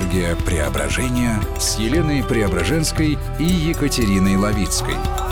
Психология преображения с Еленой Преображенской и Екатериной Лавицкой.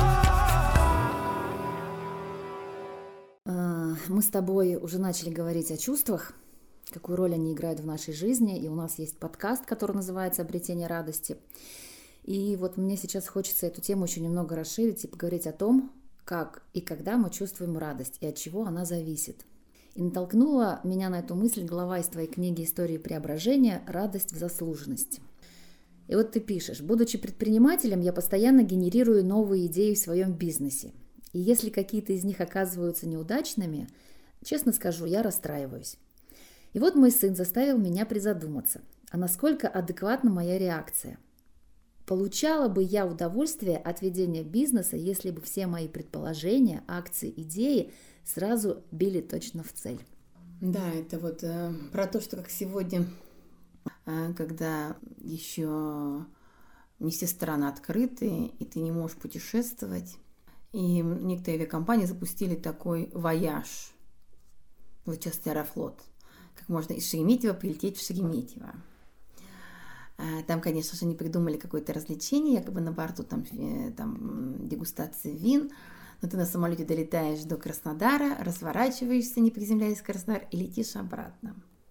Мы с тобой уже начали говорить о чувствах, какую роль они играют в нашей жизни, и у нас есть подкаст, который называется «Обретение радости». И вот мне сейчас хочется эту тему еще немного расширить и поговорить о том, как и когда мы чувствуем радость и от чего она зависит. И натолкнула меня на эту мысль глава из твоей книги «Истории преображения. Радость в заслуженности». И вот ты пишешь: будучи предпринимателем, я постоянно генерирую новые идеи в своем бизнесе. И если какие-то из них оказываются неудачными, честно скажу, я расстраиваюсь. И вот мой сын заставил меня призадуматься, а насколько адекватна моя реакция. Получала бы я удовольствие от ведения бизнеса, если бы все мои предположения, акции, идеи сразу били точно в цель. Да, это вот про то, что как сегодня, когда еще не все страны открыты, и ты не можешь путешествовать, и некоторые авиакомпании запустили такой вояж, вот сейчас Аэрофлот, как можно из Шереметьево прилететь в Шереметьево. Там, конечно же, не придумали какое-то развлечение, якобы на борту там дегустация вин, но ты на самолете долетаешь до Краснодара, разворачиваешься, не приземляясь в Краснодар, и летишь обратно.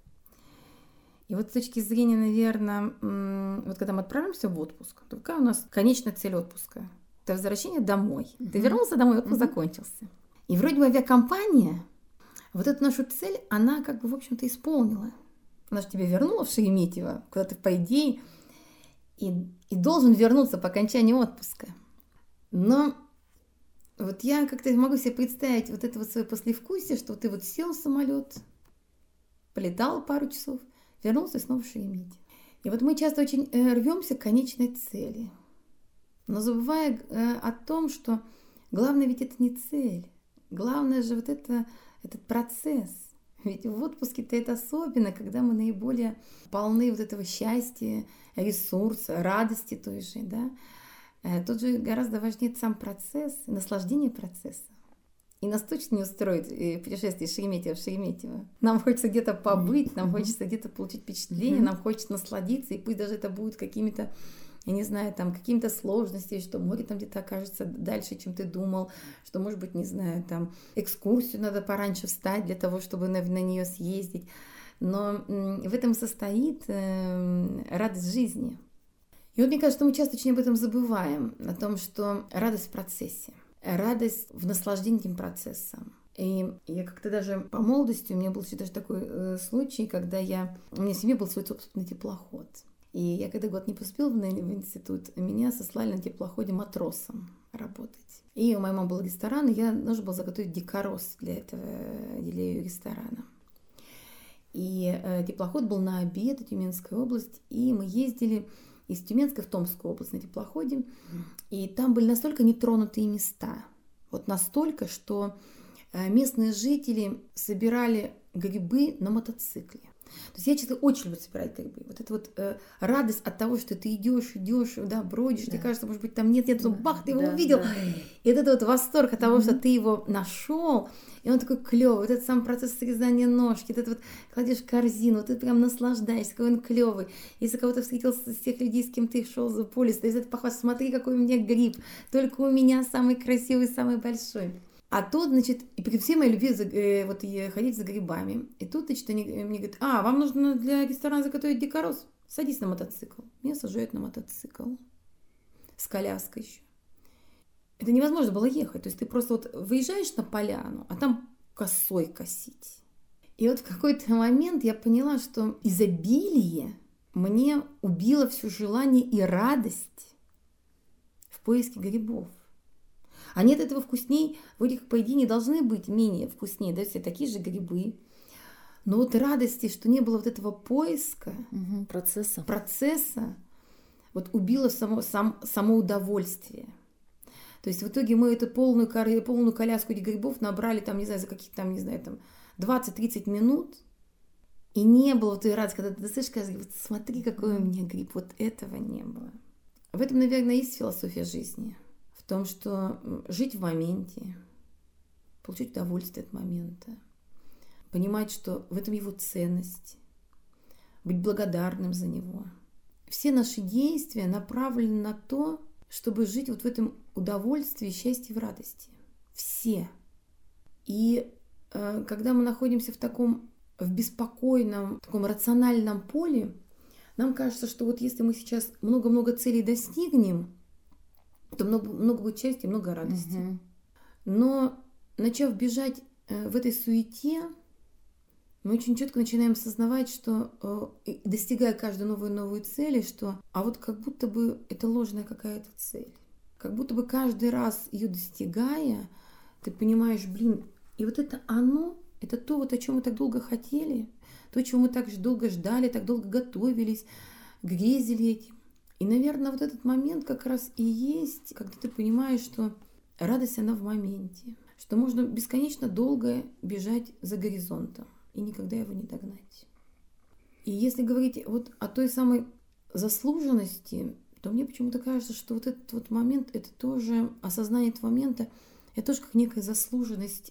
И вот с точки зрения, наверное, вот когда мы отправимся в отпуск, то какая у нас конечная цель отпуска? Это возвращение домой. Ты вернулся домой, отпуск закончился. И вроде бы авиакомпания вот эту нашу цель, она как бы, в общем-то, исполнила. Она же тебя вернула в Шереметьево, куда ты, по идее, и должен вернуться по окончании отпуска. Но вот я как-то могу себе представить вот это вот свое послевкусие, что ты вот сел в самолет, полетал пару часов, вернулся и снова в Шереметьево. И вот мы часто очень рвемся к конечной цели, но забывая о том, что главное ведь это не цель, главное же вот этот процесс. Ведь в отпуске-то это особенно, когда мы наиболее полны вот этого счастья, ресурса, радости той же, да. Тут же гораздо важнее сам процесс, наслаждение процесса. И нас точно не устроит путешествие из Шереметьево в Шереметьево. Нам хочется где-то побыть, нам хочется где-то получить впечатление, нам хочется насладиться, и пусть даже это будет какими-то, я не знаю, там, какими-то сложностями, что море там где-то окажется дальше, чем ты думал, что, может быть, не знаю, там, экскурсию надо пораньше встать для того, чтобы на нее съездить. Но в этом состоит радость жизни. И вот мне кажется, что мы часто очень об этом забываем, о том, что радость в процессе, радость в наслаждении этим процессом. И я как-то даже по молодости, у меня был даже такой случай, когда у меня в семье был свой собственный теплоход. И я когда год не поступила в институт, меня сослали на теплоходе матросом работать. И у моей мамы был ресторан, и я нужно было заготовить дикорос для ее ресторана. И теплоход был на обед, в Тюменская область, и мы ездили из Тюменской в Томскую область на теплоходе, и там были настолько нетронутые места, вот настолько, что местные жители собирали грибы на мотоцикле. То есть я, честно, очень люблю собирать грибы. Вот эта вот радость от того, что ты идешь, да, бродишь, тебе кажется, может быть, там нет, потом бах, ты его увидел. И вот этот вот восторг от того, что ты его нашел, и он такой клевый. Вот этот сам процесс срезания ножки, вот это вот кладешь в корзину, вот ты прям наслаждаешься, какой он клевый. Если кого-то встретился с тех людей, с кем ты шел за поле, ты из этого похвастаться, смотри, какой у меня гриб, только у меня самый красивый, самый большой. А тут, значит, и при всей моей любви ходить за грибами. И тут, значит, они мне говорят: вам нужно для ресторана заготовить дикорос? Садись на мотоцикл. Меня сажают на мотоцикл. С коляской еще. Это невозможно было ехать. То есть ты просто вот выезжаешь на поляну, а там косой косить. И вот в какой-то момент я поняла, что изобилие мне убило все желание и радость в поиске грибов. Они от этого вкусней, вроде как, по идее, не должны быть менее вкуснее, да, все такие же грибы. Но вот радости, что не было вот этого поиска, процесса, вот убило само удовольствие. То есть в итоге мы эту полную коляску грибов набрали там, не знаю, за каких-то там, не знаю, там 20-30 минут. И не было вот той радости, когда ты слышишь, вот смотри, какой у меня гриб. Вот этого не было. В этом, наверное, есть философия жизни. В том, что жить в моменте, получить удовольствие от момента, понимать, что в этом его ценность, быть благодарным за него, все наши действия направлены на то, чтобы жить вот в этом удовольствии, счастье, в радости. Все. И когда мы находимся в беспокойном, таком рациональном поле, нам кажется, что вот если мы сейчас много-много целей достигнем, то много будет счастья, много радости. Но начав бежать в этой суете, мы очень четко начинаем осознавать, что, достигая каждой новой цели, что вот как будто бы это ложная какая-то цель. Как будто бы каждый раз ее достигая, ты понимаешь, и вот это это то, вот о чем мы так долго хотели, то, чего мы так же долго ждали, так долго готовились, грезили этим. И, наверное, вот этот момент как раз и есть, когда ты понимаешь, что радость, она в моменте, что можно бесконечно долго бежать за горизонтом и никогда его не догнать. И если говорить вот о той самой заслуженности, то мне почему-то кажется, что вот этот вот момент, это тоже осознание этого момента, это тоже как некая заслуженность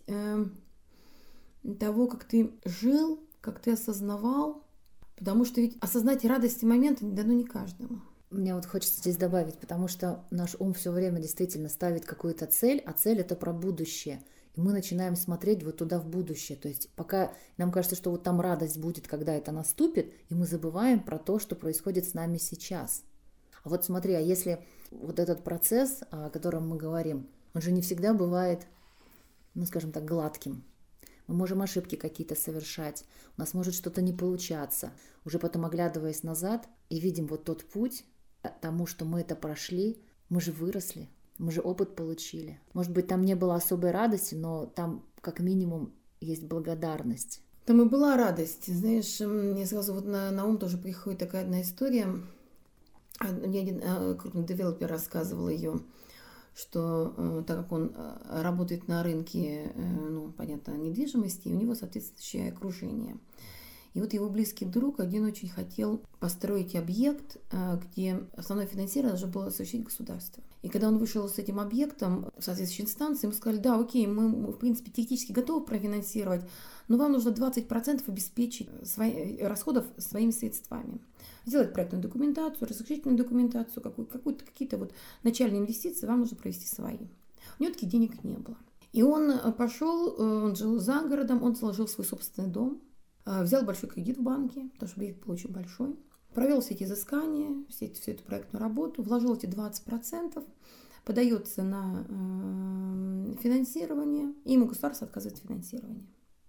того, как ты жил, как ты осознавал, потому что ведь осознать радость момента не дано не каждому. Мне вот хочется здесь добавить, потому что наш ум все время действительно ставит какую-то цель, а цель это про будущее. И мы начинаем смотреть вот туда в будущее. То есть пока нам кажется, что вот там радость будет, когда это наступит, и мы забываем про то, что происходит с нами сейчас. А вот смотри, а если вот этот процесс, о котором мы говорим, он же не всегда бывает, скажем так, гладким. Мы можем ошибки какие-то совершать, у нас может что-то не получаться. Уже потом, оглядываясь назад, и видим вот тот путь к тому, что мы это прошли, мы же выросли, мы же опыт получили. Может быть, там не было особой радости, но там как минимум есть благодарность. Там и была радость. Знаешь, мне сразу вот на ум тоже приходит такая одна история. Мне один крупный девелопер рассказывал ее, что так как он работает на рынке, понятно, недвижимости, у него соответствующее окружение. И вот его близкий друг один очень хотел построить объект, где основное финансирование должно было осуществить государство. И когда он вышел с этим объектом в соответствующей инстанции, ему сказали: да, окей, мы в принципе теоретически готовы профинансировать, но вам нужно 20% обеспечить расходов своими средствами. Сделать проектную документацию, разрешительную документацию, какие-то вот начальные инвестиции вам нужно провести свои. У него таких денег не было. И он пошел, он жил за городом, он заложил свой собственный дом, взял большой кредит в банке, потому что объект был очень большой, провел все эти изыскания, всю эту проектную работу, вложил эти 20%, подается на финансирование, и ему государство отказывает в финансировании.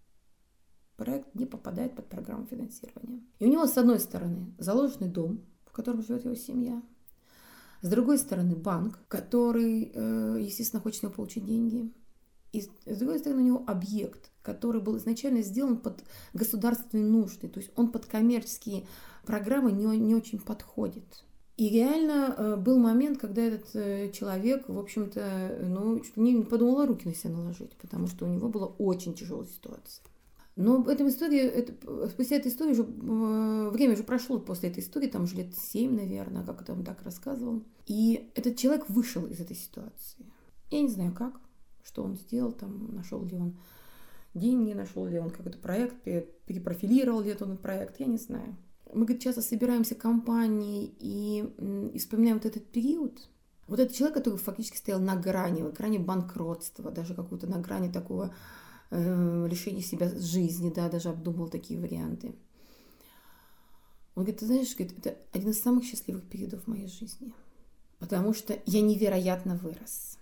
Проект не попадает под программу финансирования. И у него, с одной стороны, заложенный дом, в котором живет его семья, с другой стороны, банк, который, естественно, хочет с него получить деньги, и с другой стороны, у него объект, который был изначально сделан под государственные нужды, то есть он под коммерческие программы не очень подходит. И реально был момент, когда этот человек, в общем-то, чуть не подумал руки на себя наложить, потому что у него была очень тяжелая ситуация. Но спустя эту историю время уже прошло после этой истории, там уже лет 7, наверное, как это он так рассказывал. И этот человек вышел из этой ситуации. Я не знаю как, что он сделал, там нашел ли он деньги, нашел ли он какой-то проект, перепрофилировал ли он проект, я не знаю. Мы, говорит, часто собираемся компанией и вспоминаем вот этот период. Вот этот человек, который фактически стоял на грани банкротства, даже какого-то на грани такого лишения себя жизни, да, даже обдумывал такие варианты. Он говорит: ты знаешь, это один из самых счастливых периодов в моей жизни, потому что я невероятно вырос.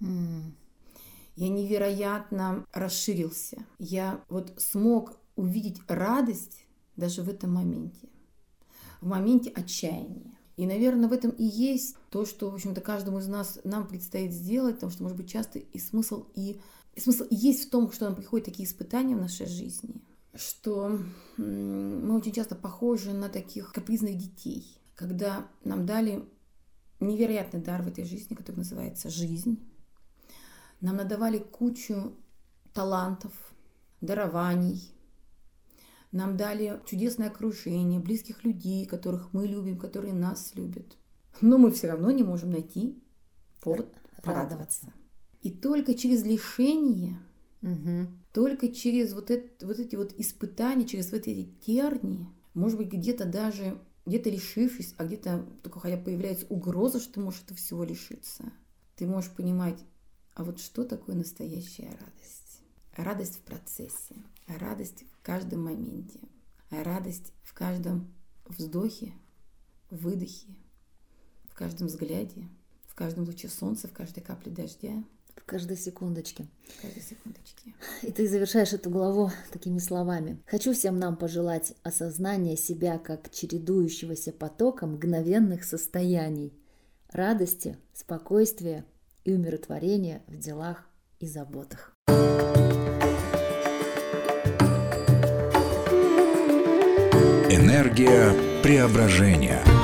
Я невероятно расширился. Я вот смог увидеть радость даже в этом моменте, в моменте отчаяния. И, наверное, в этом и есть то, что, в общем-то, каждому из нас нам предстоит сделать, потому что, может быть, часто и смысл есть в том, что нам приходят такие испытания в нашей жизни, что мы очень часто похожи на таких капризных детей, когда нам дали невероятный дар в этой жизни, который называется жизнь. Нам надавали кучу талантов, дарований. Нам дали чудесное окружение, близких людей, которых мы любим, которые нас любят. Но мы все равно не можем найти повод порадоваться. И только через лишение, только через вот эти вот испытания, через вот эти тернии, может быть, где-то даже где-то лишившись, а где-то только хотя появляется угроза, что ты можешь этого всего лишиться, ты можешь понимать, а вот что такое настоящая радость? Радость в процессе, радость в каждом моменте, радость в каждом вздохе, выдохе, в каждом взгляде, в каждом луче солнца, в каждой капле дождя. В каждой секундочке. В каждой секундочке. И ты завершаешь эту главу такими словами. Хочу всем нам пожелать осознания себя как чередующегося потока мгновенных состояний, радости, спокойствия и умиротворения в делах и заботах. Энергия преображения.